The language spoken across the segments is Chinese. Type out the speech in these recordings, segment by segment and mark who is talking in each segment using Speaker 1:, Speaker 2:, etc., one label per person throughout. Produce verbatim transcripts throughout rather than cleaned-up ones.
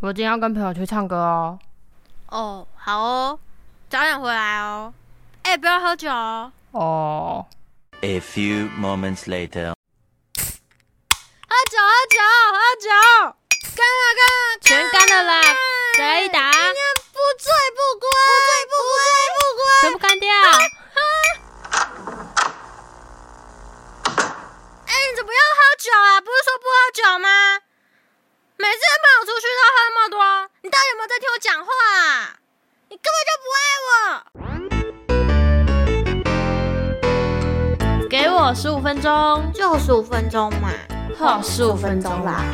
Speaker 1: 我今天要跟朋友去唱歌哦。
Speaker 2: 哦，好哦，早点回来哦。哎、欸，不要喝酒哦。
Speaker 1: 哦。
Speaker 3: A few moments later.
Speaker 2: 喝酒，喝酒，喝酒，干了，干了，
Speaker 1: 全干了啦！再打。
Speaker 2: 今天不醉不归，不醉不归，不归，
Speaker 1: 全部干掉。
Speaker 2: 哎、欸，你怎么又喝酒啊？不是说不喝酒吗？每次跟朋友出去都喝那么多，你到底有没有在听我讲话啊？你根
Speaker 1: 本就不爱我。给我十五分钟，
Speaker 2: 就十五分钟嘛。
Speaker 1: 好，十五分钟啦。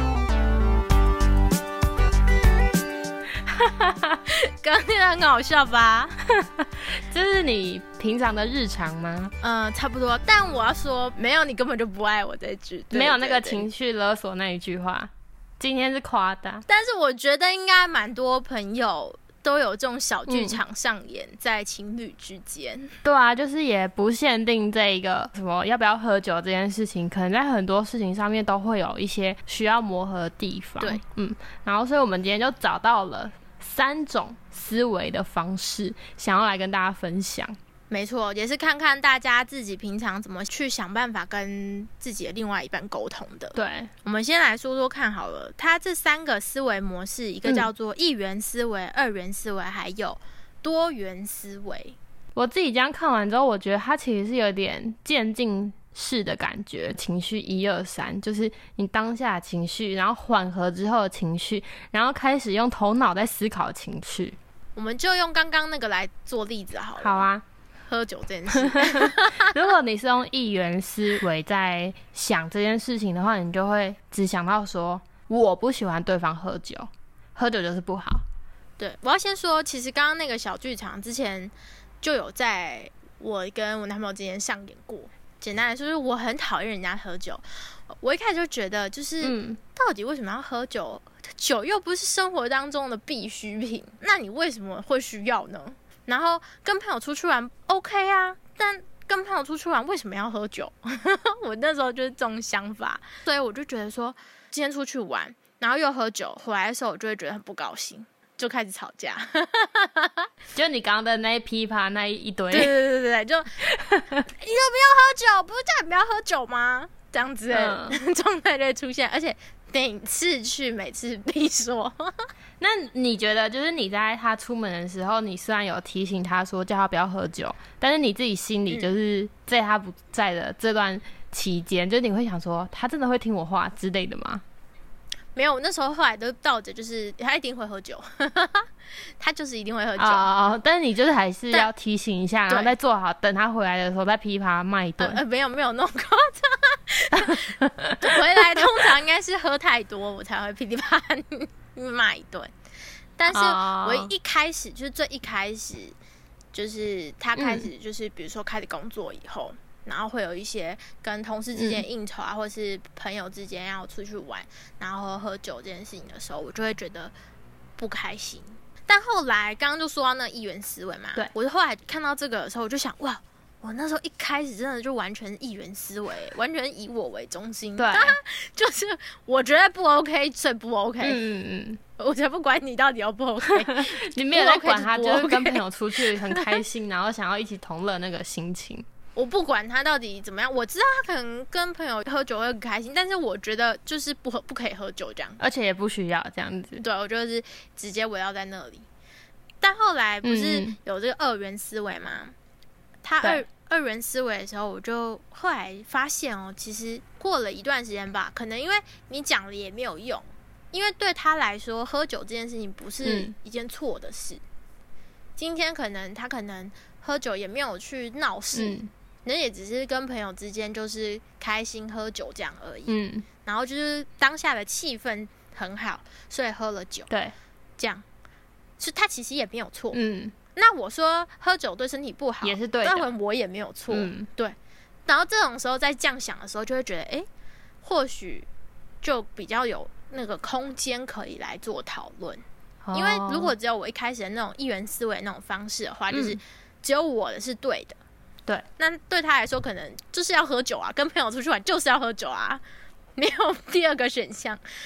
Speaker 2: 刚刚那个很好笑吧？
Speaker 1: 这是你平常的日常吗？
Speaker 2: 嗯，差不多。但我要说，没有你根本就不爱我这句，
Speaker 1: 没有那个情绪勒索那一句话。今天是夸大，
Speaker 2: 但是我觉得应该蛮多朋友都有这种小剧场上演在情侣之间、嗯。
Speaker 1: 对啊，就是也不限定这一个什么要不要喝酒这件事情，可能在很多事情上面都会有一些需要磨合的地方。
Speaker 2: 对，
Speaker 1: 嗯，然后所以我们今天就找到了三种思维的方式，想要来跟大家分享。
Speaker 2: 没错，也是看看大家自己平常怎么去想办法跟自己的另外一半沟通的。
Speaker 1: 对，
Speaker 2: 我们先来说说看好了，它这三个思维模式，一个叫做一元思维、嗯、二元思维，还有多元思维。
Speaker 1: 我自己这样看完之后，我觉得它其实是有点渐进式的感觉，情绪一二三，就是你当下的情绪，然后缓和之后的情绪，然后开始用头脑在思考情绪。
Speaker 2: 我们就用刚刚那个来做例子好了。
Speaker 1: 好啊。
Speaker 2: 喝酒这件事
Speaker 1: 如果你是用一元思维在想这件事情的话，你就会只想到说我不喜欢对方喝酒，喝酒就是不好。
Speaker 2: 对，我要先说其实刚刚那个小剧场之前就有在我跟我男朋友之间上演过。简单来说就是我很讨厌人家喝酒，我一开始就觉得就是、嗯、到底为什么要喝酒，酒又不是生活当中的必需品，那你为什么会需要呢？然后跟朋友出去玩 OK 啊，但跟朋友出去玩为什么要喝酒？我那时候就是这种想法，所以我就觉得说今天出去玩然后又喝酒，回来的时候我就会觉得很不高兴，就开始吵架。
Speaker 1: 就你刚刚的那一噼啪那一堆，
Speaker 2: 对对对对，就你都不要喝酒，不是叫你不要喝酒吗？这样子的状态就会出现，而且每次去每次必说。
Speaker 1: 那你觉得就是你在他出门的时候，你虽然有提醒他说叫他不要喝酒，但是你自己心里就是在他不在的这段期间、嗯、就是你会想说他真的会听我话之类的吗？
Speaker 2: 没有，我那时候后来都倒着就是他一定会喝酒。他就是一定会喝酒、
Speaker 1: 哦、但是你就是还是要提醒一下，然后再做好，等他回来的时候再噼啪骂一顿、
Speaker 2: 呃呃、没有没有那么夸张。回来通常应该是喝太多我才会噼里啪啦骂一顿，但是我一开始、oh. 就是最一开始就是他开始就是比如说开始工作以后、嗯、然后会有一些跟同事之间应酬啊、嗯、或是朋友之间要出去玩然后喝酒这件事情的时候，我就会觉得不开心。但后来刚刚就说到那一元思维嘛，对，我就后来看到这个的时候我就想，哇，我那时候一开始真的就完全一元思维，完全以我为中心，对，就是我觉得不 OK 所以不 OK， 嗯嗯嗯，我才不管你到底要不 OK。
Speaker 1: 你没有在管他，就是跟朋友出去很开心然后想要一起同乐那个心情。
Speaker 2: 我不管他到底怎么样，我知道他可能跟朋友喝酒会很开心，但是我觉得就是不喝不可以喝酒这样，
Speaker 1: 而且也不需要这样子。
Speaker 2: 对，我就是直接围绕在那里。但后来不是有这个二元思维吗、嗯、他二二元思维的时候，我就后来发现哦，其实过了一段时间吧，可能因为你讲了也没有用，因为对他来说喝酒这件事情不是一件错的事、嗯、今天可能他可能喝酒也没有去闹事、嗯，那也只是跟朋友之间就是开心喝酒这样而已。嗯，然后就是当下的气氛很好，所以喝了酒。对，这样，是他其实也没有错。嗯，那我说喝酒对身体不好，也是对的，但我也没有错。嗯，对。然后这种时候在这样想的时候，就会觉得，哎，或许就比较有那个空间可以来做讨论。哦、因为如果只有我一开始的那种一元思维那种方式的话，就是只有我的是对的。对，那对他来说可能就是要喝酒啊，跟朋友出去玩就是要喝酒啊，没有第二个选项。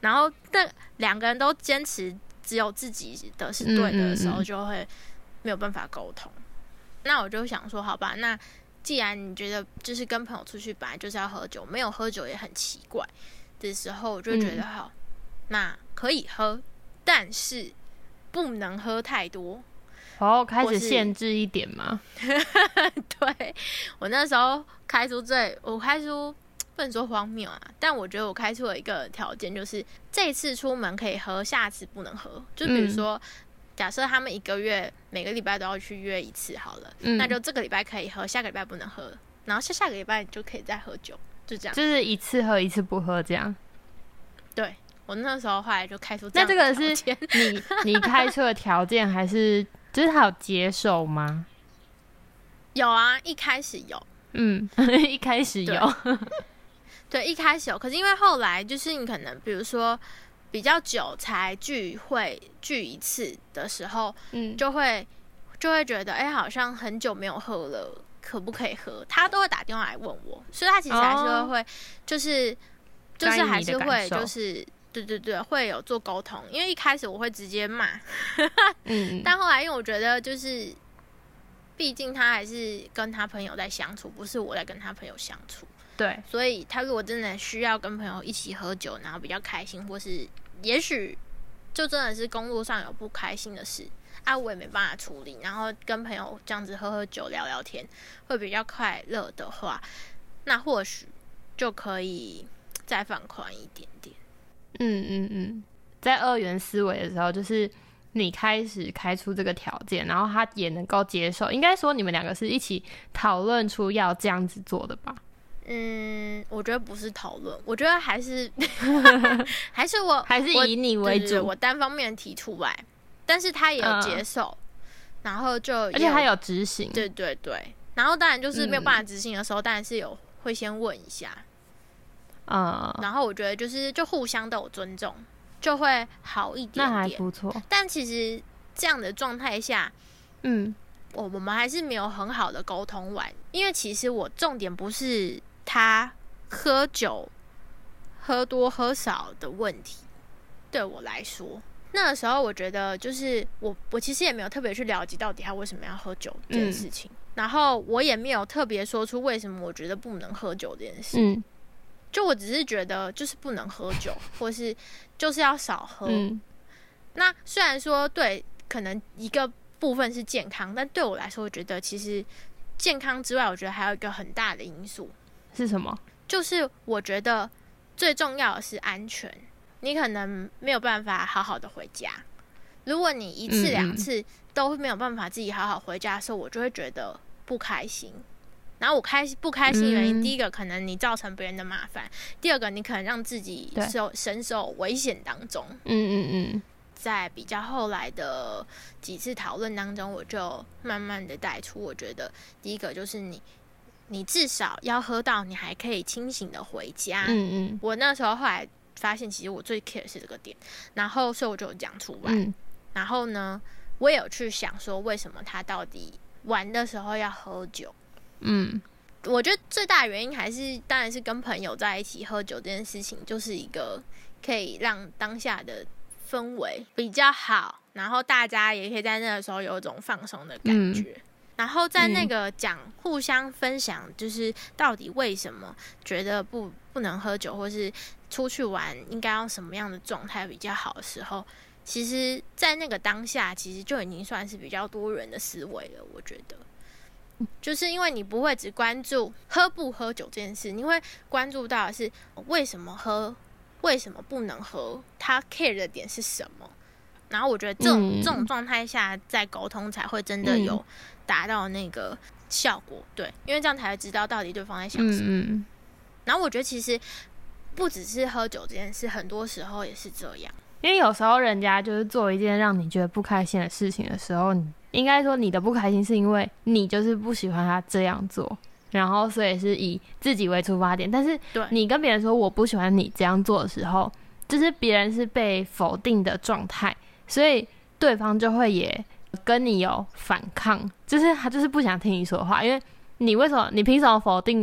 Speaker 2: 然后但两个人都坚持只有自己的是对的的时候，就会没有办法沟通。嗯嗯嗯，那我就想说，好吧，那既然你觉得就是跟朋友出去本来就是要喝酒，没有喝酒也很奇怪的时候，我就觉得好，嗯、那可以喝，但是不能喝太多。
Speaker 1: 哦，开始限制一点吗？
Speaker 2: 对，我那时候开出最，我开出不能说荒谬啊，但我觉得我开出了一个条件，就是这次出门可以喝，下次不能喝。就比如说，嗯、假设他们一个月每个礼拜都要去约一次好了，嗯、那就这个礼拜可以喝，下个礼拜不能喝，然后下下个礼拜你就可以再喝酒，就这样。
Speaker 1: 就是一次喝一次不喝这样。
Speaker 2: 对，我那时候后来就开出这样的条件。
Speaker 1: 那这个是你你开出的条件，还是就是他有接受吗？
Speaker 2: 有啊，一开始有。
Speaker 1: 嗯，一开始有。
Speaker 2: 对，一开始有，可是因为后来就是你可能比如说比较久才聚会聚一次的时候，嗯，就会就会觉得哎、欸，好像很久没有喝了，可不可以喝？他都会打电话来问我，所以他其实还是会、哦、会就是就是还是会就是对对对会有做沟通，因为一开始我会直接骂，嗯，但后来因为我觉得就是毕竟他还是跟他朋友在相处，不是我在跟他朋友相处。
Speaker 1: 对，
Speaker 2: 所以他如果真的需要跟朋友一起喝酒，然后比较开心，或是也许就真的是工作上有不开心的事啊，我也没办法处理，然后跟朋友这样子喝喝酒聊聊天会比较快乐的话，那或许就可以再放宽一点点。
Speaker 1: 嗯嗯嗯，在二元思维的时候，就是你开始开出这个条件，然后他也能够接受，应该说你们两个是一起讨论出要这样子做的吧？
Speaker 2: 嗯，我觉得不是讨论，我觉得还是还是我
Speaker 1: 还是以你为主，
Speaker 2: 对对对，我单方面提出来，但是他也有接受，嗯、然后就
Speaker 1: 而且他有执行，
Speaker 2: 对对对，然后当然就是没有办法执行的时候，嗯、当然是有会先问一下，嗯，然后我觉得就是就互相都有尊重，就会好一点点，
Speaker 1: 那还不错。
Speaker 2: 但其实这样的状态下，嗯，我我们还是没有很好的沟通完，因为其实我重点不是他喝酒喝多喝少的问题，对我来说，那个时候我觉得就是我我其实也没有特别去了解到底他为什么要喝酒这件事情，嗯、然后我也没有特别说出为什么我觉得不能喝酒这件事，嗯、就我只是觉得就是不能喝酒，或是就是要少喝。嗯、那虽然说对，可能一个部分是健康，但对我来说，我觉得其实健康之外，我觉得还有一个很大的因素。
Speaker 1: 是什么？
Speaker 2: 就是我觉得最重要的是安全。你可能没有办法好好的回家，如果你一次两次都没有办法自己好好回家的时候，我就会觉得不开心。然后我开不开心原因，嗯、第一个可能你造成别人的麻烦，第二个你可能让自己受身受危险当中。嗯嗯嗯。在比较后来的几次讨论当中，我就慢慢的带出，我觉得第一个就是你。你至少要喝到你还可以清醒的回家。嗯嗯。我那时候后来发现，其实我最 care 的是这个点，然后所以我就有讲出来。嗯。然后呢，我也有去想说，为什么他到底玩的时候要喝酒？嗯。我觉得最大的原因还是，当然是跟朋友在一起喝酒这件事情，就是一个可以让当下的氛围比较好，然后大家也可以在那个时候有一种放松的感觉。嗯，然后在那个讲互相分享，就是到底为什么觉得不不能喝酒，或是出去玩应该用什么样的状态比较好的时候，其实在那个当下，其实就已经算是比较多元的思维了。我觉得，就是因为你不会只关注喝不喝酒这件事，你会关注到的是为什么喝，为什么不能喝，他 care 的点是什么。然后我觉得这种、嗯、这种状态下再沟通才会真的有达到那个效果，对，因为这样才会知道到底对方在想什么。嗯嗯，然后我觉得其实不只是喝酒这件事，很多时候也是这样。
Speaker 1: 因为有时候人家就是做一件让你觉得不开心的事情的时候，应该说你的不开心是因为你就是不喜欢他这样做，然后所以是以自己为出发点。但是你跟别人说我不喜欢你这样做的时候，就是别人是被否定的状态。所以对方就会也跟你有反抗，就是他就是不想听你说话，因为你为什么你凭什么否定我？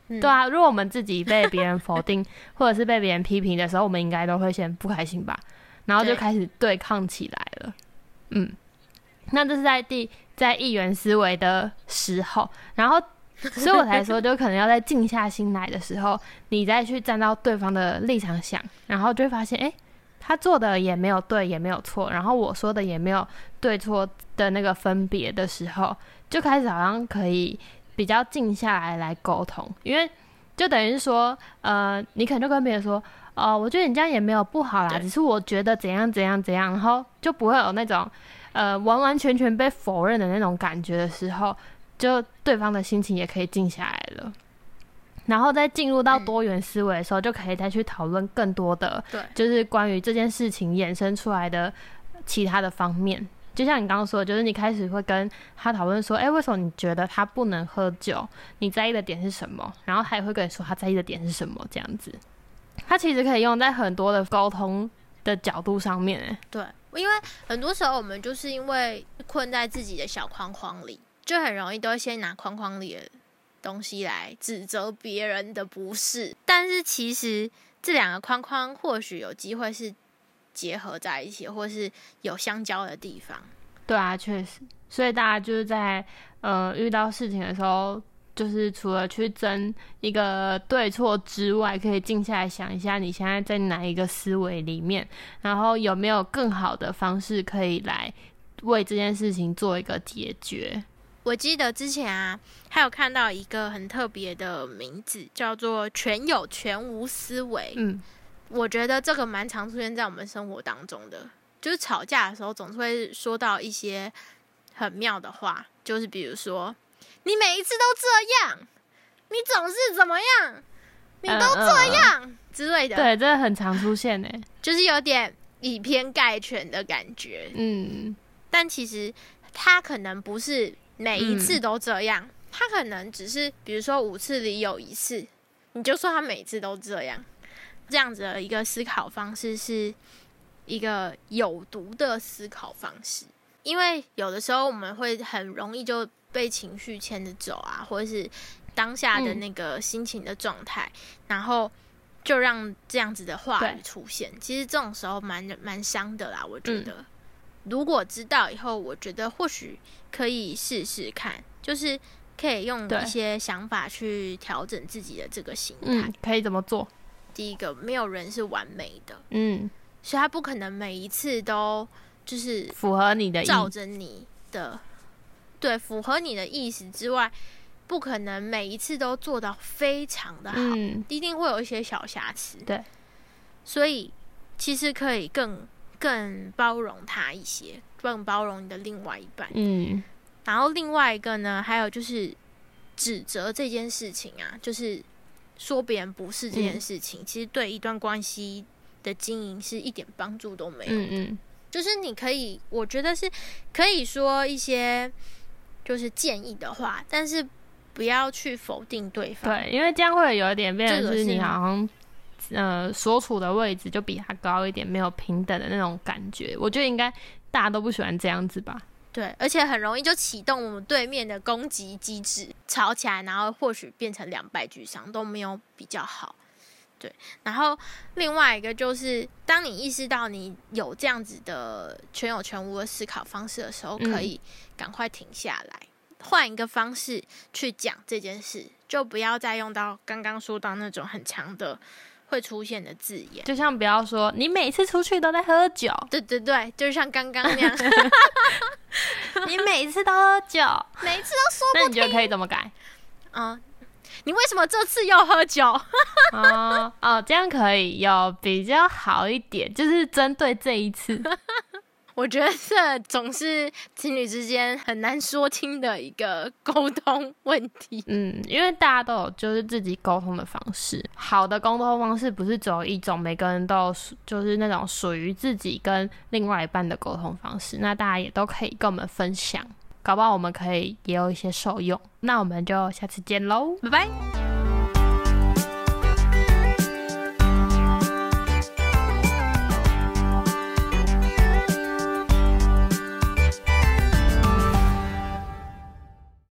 Speaker 2: 嗯、
Speaker 1: 对啊，如果我们自己被别人否定或者是被别人批评的时候，我们应该都会先不开心吧，然后就开始对抗起来了。嗯，那这是在第在一元思维的时候，然后所以我才说，就可能要在静下心来的时候，你再去站到对方的立场想，然后就会发现，哎、欸，他做的也没有对，也没有错，然后我说的也没有对错的那个分别的时候，就开始好像可以比较静下来来沟通，因为就等于是说，呃，你可能就跟别人说，哦、呃，我觉得你这样也没有不好啦，只是我觉得怎样怎样怎样，然后就不会有那种呃完完全全被否认的那种感觉的时候，就对方的心情也可以静下来了。然后再进入到多元思维的时候，嗯、就可以再去讨论更多的，
Speaker 2: 对，
Speaker 1: 就是关于这件事情衍生出来的其他的方面。就像你刚刚说的，就是你开始会跟他讨论说，哎、欸，为什么你觉得他不能喝酒？你在意的点是什么？然后他也会跟你说他在意的点是什么，这样子。他其实可以用在很多的沟通的角度上面，哎，
Speaker 2: 对，因为很多时候我们就是因为困在自己的小框框里，就很容易都会先拿框框里的东西来指责别人的不是，但是其实这两个框框或许有机会是结合在一起，或是有相交的地方。
Speaker 1: 对啊，确实，所以大家就是在呃遇到事情的时候，就是除了去争一个对错之外，可以静下来想一下你现在在哪一个思维里面，然后有没有更好的方式可以来为这件事情做一个解决。
Speaker 2: 我记得之前啊，还有看到一个很特别的名字，叫做全有全无思维。
Speaker 1: 嗯，
Speaker 2: 我觉得这个蛮常出现在我们生活当中的，就是吵架的时候总是会说到一些很妙的话，就是比如说你每一次都这样，你总是怎么样，你都这样、嗯嗯、之类的。
Speaker 1: 对，这很常出现耶，
Speaker 2: 就是有点以偏概全的感觉。
Speaker 1: 嗯，
Speaker 2: 但其实他可能不是每一次都这样，嗯、他可能只是比如说五次里有一次，你就说他每次都这样。这样子的一个思考方式是一个有毒的思考方式，因为有的时候我们会很容易就被情绪牵着走啊，或者是当下的那个心情的状态、嗯，然后就让这样子的话语出现。其实这种时候蛮蛮伤的啦，我觉得、嗯。如果知道以后，我觉得或许可以试试看，就是可以用一些想法去调整自己的这个心态、
Speaker 1: 嗯。可以怎么做？
Speaker 2: 第一个，没有人是完美的，
Speaker 1: 嗯，
Speaker 2: 所以他不可能每一次都就是
Speaker 1: 符合你的意，
Speaker 2: 照着你的，对，符合你的意思之外，不可能每一次都做到非常的好，嗯，一定会有一些小瑕疵，
Speaker 1: 对，
Speaker 2: 所以其实可以更更包容他一些，更包容你的另外一半，
Speaker 1: 嗯，
Speaker 2: 然后另外一个呢，还有就是指责这件事情啊，就是说别人不是这件事情、嗯、其实对一段关系的经营是一点帮助都没有的。
Speaker 1: 嗯嗯，
Speaker 2: 就是你可以，我觉得是可以说一些就是建议的话，但是不要去否定对方。
Speaker 1: 对，因为这样会有一点变成是你好像、这个、呃所处的位置就比他高一点，没有平等的那种感觉。我觉得应该大家都不喜欢这样子吧。
Speaker 2: 对，而且很容易就启动我们对面的攻击机制，吵起来，然后或许变成两败俱伤，都没有比较好。对，然后另外一个就是，当你意识到你有这样子的全有全无的思考方式的时候，可以赶快停下来，换、嗯、一个方式去讲这件事，就不要再用到刚刚说到那种很强的会出现的字眼，
Speaker 1: 就像不要说你每次出去都在喝酒，
Speaker 2: 对对对，就像刚刚那样。
Speaker 1: 你每次都喝酒，
Speaker 2: 每次都说不听，
Speaker 1: 那你觉得可以怎么改？
Speaker 2: 嗯，你为什么这次又喝酒？
Speaker 1: 哦哦，这样可以有比较好一点，就是针对这一次。
Speaker 2: 我觉得这总是情侣之间很难说清的一个沟通问题。
Speaker 1: 嗯，因为大家都有就是自己沟通的方式，好的沟通方式不是只有一种，每个人都有就是那种属于自己跟另外一半的沟通方式，那大家也都可以跟我们分享，搞不好我们可以也有一些受用。那我们就下次见咯，
Speaker 2: 拜拜。